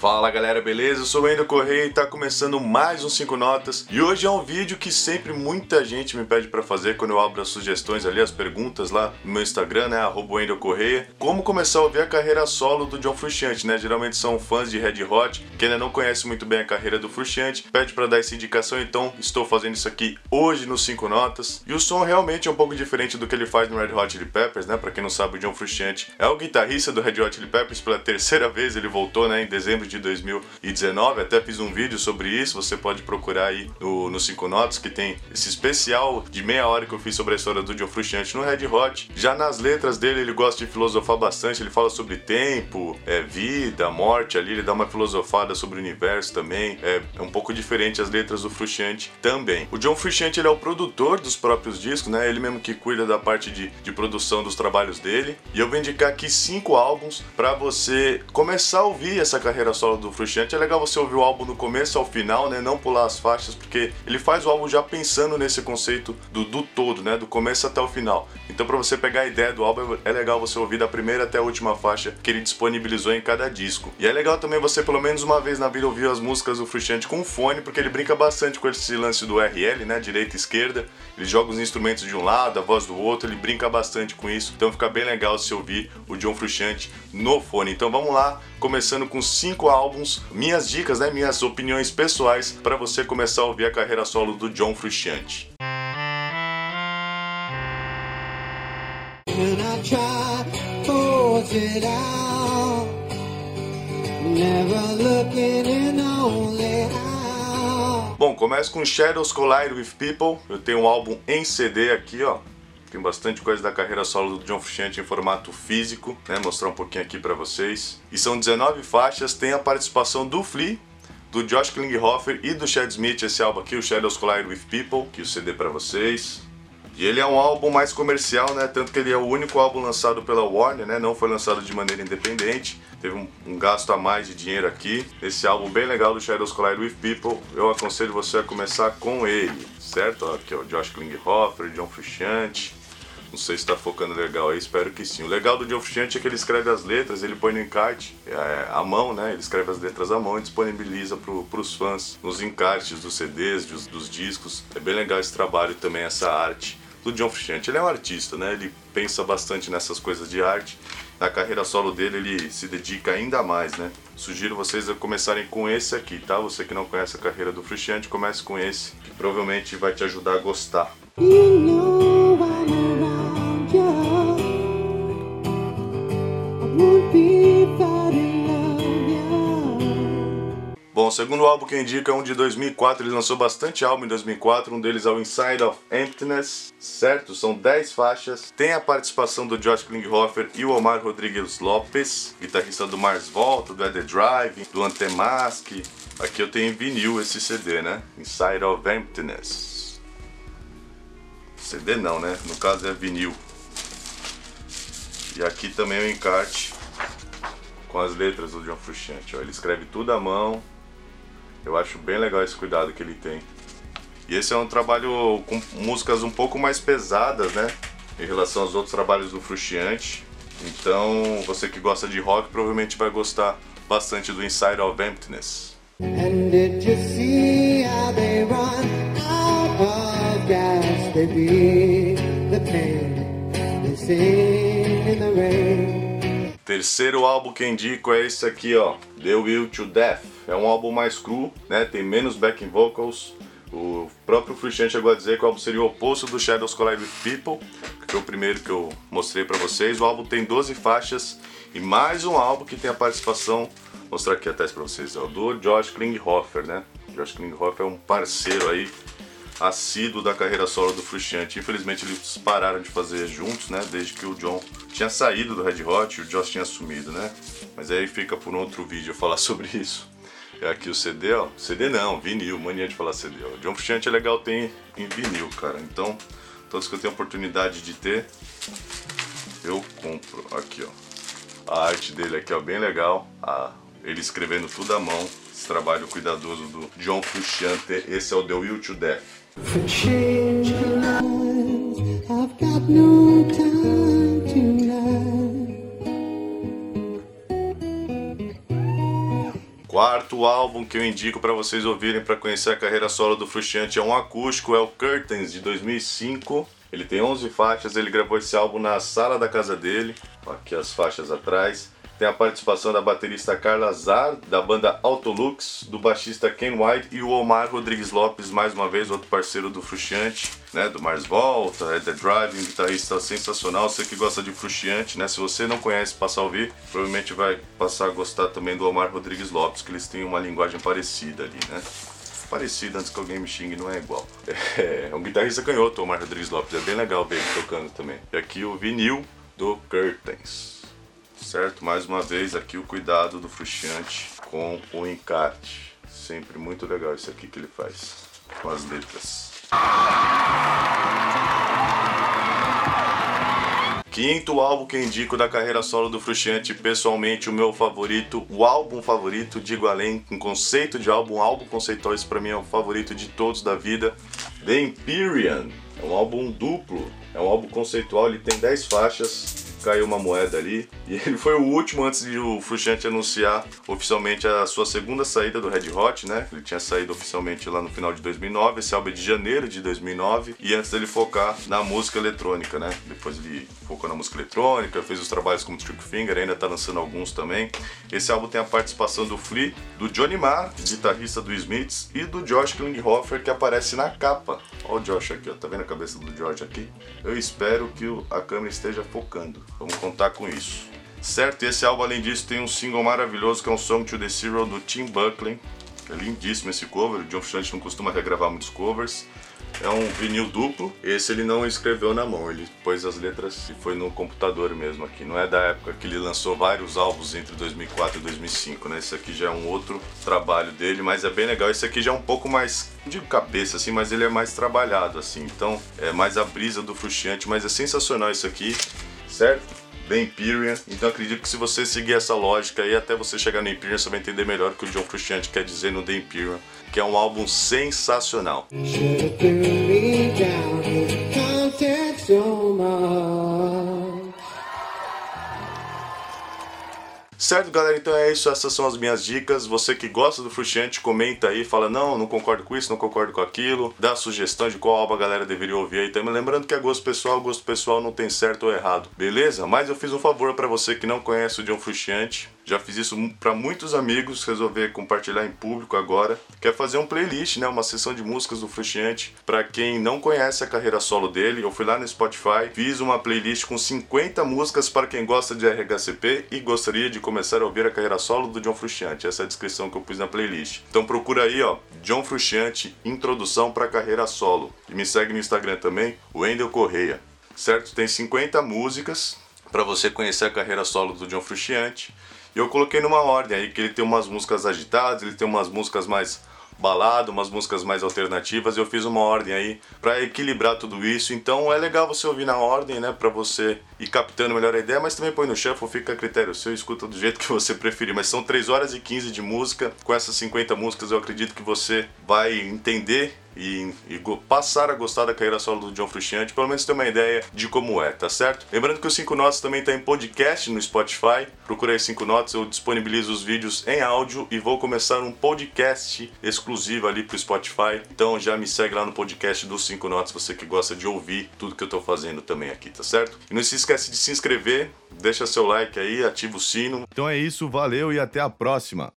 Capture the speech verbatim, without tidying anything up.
Fala galera, beleza? Eu sou o Wendel Correia e tá começando mais um cinco Notas. E hoje é um vídeo que sempre muita gente me pede pra fazer quando eu abro as sugestões ali, as perguntas lá no meu Instagram, né? arroba Wendel Correia. Como começar a ouvir a carreira solo do John Frusciante, né? Geralmente são fãs de Red Hot que ainda não conhecem muito bem a carreira do Frusciante. Pede pra dar essa indicação, então estou fazendo isso aqui hoje no cinco Notas. E o som realmente é um pouco diferente do que ele faz no Red Hot Chili Peppers, né? Pra quem não sabe, o John Frusciante é o guitarrista do Red Hot Chili Peppers. Pela terceira vez ele voltou, né? Em dezembro de dois mil e dezenove, até fiz um vídeo sobre isso, você pode procurar aí no, no cinco Notas, que tem esse especial de meia hora que eu fiz sobre a história do John Frusciante no Red Hot. Já nas letras dele, ele gosta de filosofar bastante, ele fala sobre tempo, é, vida, morte ali, ele dá uma filosofada sobre o universo também, é, é um pouco diferente as letras do Frusciante também. O John Frusciante, ele é o produtor dos próprios discos, né, ele mesmo que cuida da parte de, de produção dos trabalhos dele, e eu vou indicar aqui cinco álbuns para você começar a ouvir essa carreira solo do Frusciante. É legal você ouvir o álbum do começo ao final, né? Não pular as faixas, porque ele faz o álbum já pensando nesse conceito do, do todo, né? Do começo até o final. Então, para você pegar a ideia do álbum, é legal você ouvir da primeira até a última faixa que ele disponibilizou em cada disco. E é legal também você, pelo menos uma vez na vida, ouvir as músicas do Frusciante com fone, porque ele brinca bastante com esse lance do R L, né? Direita e esquerda. Ele joga os instrumentos de um lado, a voz do outro, ele brinca bastante com isso. Então, fica bem legal se ouvir o John Frusciante no fone. Então, vamos lá, começando com cinco álbuns. Minhas dicas, né, minhas opiniões pessoais para você começar a ouvir a carreira solo do John Frusciante. Bom, começo com Shadows Collide with People. Eu tenho um álbum em C D aqui, ó. Tem bastante coisa da carreira solo do John Frusciante em formato físico, né? Mostrar um pouquinho aqui pra vocês. E são dezenove faixas, tem a participação do Flea, do Josh Klinghoffer e do Chad Smith, esse álbum aqui, o Shadows Collide with People, que o C D pra vocês. E ele é um álbum mais comercial, né? Tanto que ele é o único álbum lançado pela Warner, né? Não foi lançado de maneira independente. Teve um, um gasto a mais de dinheiro aqui. Esse álbum bem legal do Shadows Collide with People, eu aconselho você a começar com ele, certo? Ó, aqui é o Josh Klinghoffer, John Frusciante. Não sei se está focando legal aí, espero que sim. O legal do John Frusciante é que ele escreve as letras, ele põe no encarte, é, à mão, né? Ele escreve as letras à mão e disponibiliza para os fãs nos encartes dos C Ds, dos, dos discos. É bem legal esse trabalho também, essa arte do John Frusciante. Ele é um artista, né? Ele pensa bastante nessas coisas de arte. Na carreira solo dele, ele se dedica ainda mais, né? Sugiro vocês a começarem com esse aqui, tá? Você que não conhece a carreira do Frusciante, comece com esse, que provavelmente vai te ajudar a gostar. You know I'm around you. I won't be without you. Bom, o segundo álbum que eu indico é um de dois mil e quatro, ele lançou bastante álbum em dois mil e quatro, um deles é o Inside of Emptiness, certo? São dez faixas, tem a participação do Josh Klinghoffer e o Omar Rodrigues Lopes, guitarrista do Mars Volta, do At The Drive, do Antemask. Aqui eu tenho em vinil esse C D, né? Inside of Emptiness. C D não, né? No caso é vinil. E aqui também o encarte com as letras do John Frusciante, ó. Ele escreve tudo à mão. Eu acho bem legal esse cuidado que ele tem. E esse é um trabalho com músicas um pouco mais pesadas, né? Em relação aos outros trabalhos do Frusciante. Então, você que gosta de rock provavelmente vai gostar bastante do Inside of Emptiness. And did you see how they run out of gas? They beat the pain, they sing in the rain. Terceiro álbum que indico é esse aqui, ó, The Will to Death. É um álbum mais cru, né? Tem menos backing vocals. O próprio Frusciante chegou a dizer que o álbum seria o oposto do Shadows Collide with People, que foi o primeiro que eu mostrei pra vocês. O álbum tem doze faixas e mais um álbum que tem a participação, vou mostrar aqui a teste pra vocês, ó, do Josh Klinghoffer, né? Josh Klinghoffer é um parceiro aí assíduo da carreira solo do Frusciante. Infelizmente eles pararam de fazer juntos, né? Desde que o John tinha saído do Red Hot e o Josh tinha assumido, né? Mas aí fica por um outro vídeo eu falar sobre isso. É aqui o C D, ó. C D não, vinil, mania de falar C D, ó. O John Frusciante é legal ter em vinil, cara. Então, todos que eu tenho a oportunidade de ter, eu compro. Aqui, ó. A arte dele aqui, ó, bem legal. Ah, ele escrevendo tudo à mão. Esse trabalho cuidadoso do John Frusciante. Esse é o The Will to Death. For change lives, I've got no time tonight. Quarto álbum que eu indico para vocês ouvirem para conhecer a carreira solo do Frusciante é um acústico, é o Curtains de dois mil e cinco. Ele tem onze faixas, ele gravou esse álbum na sala da casa dele, aqui as faixas atrás. Tem a participação da baterista Carla Azar, da banda Autolux, do baixista Ken White e o Omar Rodrigues Lopes, mais uma vez, outro parceiro do Frusciante, né, do Mars Volta, é The Drive, um guitarrista sensacional. Você que gosta de Frusciante, né, se você não conhece, passa a ouvir, provavelmente vai passar a gostar também do Omar Rodrigues Lopes, que eles têm uma linguagem parecida ali, né? Parecido, antes que alguém me xingue, não é igual. É, é um guitarrista canhoto, o Omar Rodrigues Lopes, é bem legal ver ele tocando também. E aqui o vinil do Curtains. Certo? Mais uma vez aqui o cuidado do Frusciante com o encarte. Sempre muito legal isso aqui que ele faz com as letras. Quinto álbum que indico da carreira solo do Frusciante, pessoalmente o meu favorito, o álbum favorito, digo além, um conceito de álbum, álbum conceitual, esse pra mim é o favorito de todos da vida. The Empyrean, é um álbum duplo, é um álbum conceitual, ele tem dez faixas. Caiu uma moeda ali, e ele foi o último antes de o Frusciante anunciar oficialmente a sua segunda saída do Red Hot, né? Ele tinha saído oficialmente lá no final de dois mil e nove, esse álbum é de janeiro de dois mil e nove, e antes dele focar na música eletrônica, né? Depois ele focou na música eletrônica, fez os trabalhos como Trick Finger, ainda tá lançando alguns também. Esse álbum tem a participação do Flea, do Johnny Marr, guitarrista do Smiths, e do Josh Klinghoffer, que aparece na capa. Olha o Josh aqui, ó. Tá vendo a cabeça do George aqui? Eu espero que a câmera esteja focando. Vamos contar com isso. Certo, e esse álbum, além disso, tem um single maravilhoso que é um Song to the Zero do Tim Buckley. É lindíssimo esse cover, o John Frusciante não costuma regravar muitos covers. É um vinil duplo, esse ele não escreveu na mão, ele pôs as letras e foi no computador mesmo aqui. Não é da época que ele lançou vários álbuns entre dois mil e quatro e dois mil e cinco, né? Esse aqui já é um outro trabalho dele, mas é bem legal. Esse aqui já é um pouco mais, não digo cabeça assim, mas ele é mais trabalhado assim. Então é mais a brisa do Frusciante, mas é sensacional isso aqui, certo? The Empyrean, então acredito que se você seguir essa lógica aí, até você chegar no Empyrean, você vai entender melhor o que o John Frusciante quer dizer no The Empyrean, que é um álbum sensacional. Certo, galera? Então é isso, essas são as minhas dicas. Você que gosta do Frusciante, comenta aí, fala não, não concordo com isso, não concordo com aquilo, dá sugestão de qual álbum a galera deveria ouvir aí também. Lembrando que é gosto pessoal, gosto pessoal não tem certo ou errado, beleza? Mas eu fiz um favor pra você que não conhece o John Frusciante. Já fiz isso para muitos amigos, resolver compartilhar em público agora. Quer fazer um playlist, né, uma sessão de músicas do Frusciante. Para quem não conhece a carreira solo dele, eu fui lá no Spotify, fiz uma playlist com cinquenta músicas para quem gosta de R H C P e gostaria de começar a ouvir a carreira solo do John Frusciante. Essa é a descrição que eu pus na playlist. Então procura aí, ó, John Frusciante, introdução para carreira solo. E me segue no Instagram também, Wendel Correia. Certo? Tem cinquenta músicas para você conhecer a carreira solo do John Frusciante. E eu coloquei numa ordem aí, que ele tem umas músicas agitadas, ele tem umas músicas mais balada, umas músicas mais alternativas. Eu fiz uma ordem aí pra equilibrar tudo isso. Então é legal você ouvir na ordem, né, pra você ir captando melhor a ideia, mas também põe no shuffle, fica a critério seu, escuta do jeito que você preferir. Mas são três horas e quinze de música. Com essas cinquenta músicas eu acredito que você vai entender E, e passar a gostar da carreira solo do John Frusciante, pelo menos ter uma ideia de como é, tá certo? Lembrando que o cinco Notas também está em podcast no Spotify, procura aí cinco Notas, eu disponibilizo os vídeos em áudio e vou começar um podcast exclusivo ali pro Spotify, então já me segue lá no podcast do cinco Notas, você que gosta de ouvir tudo que eu tô fazendo também aqui, tá certo? E não se esquece de se inscrever, deixa seu like aí, ativa o sino. Então é isso, valeu e até a próxima!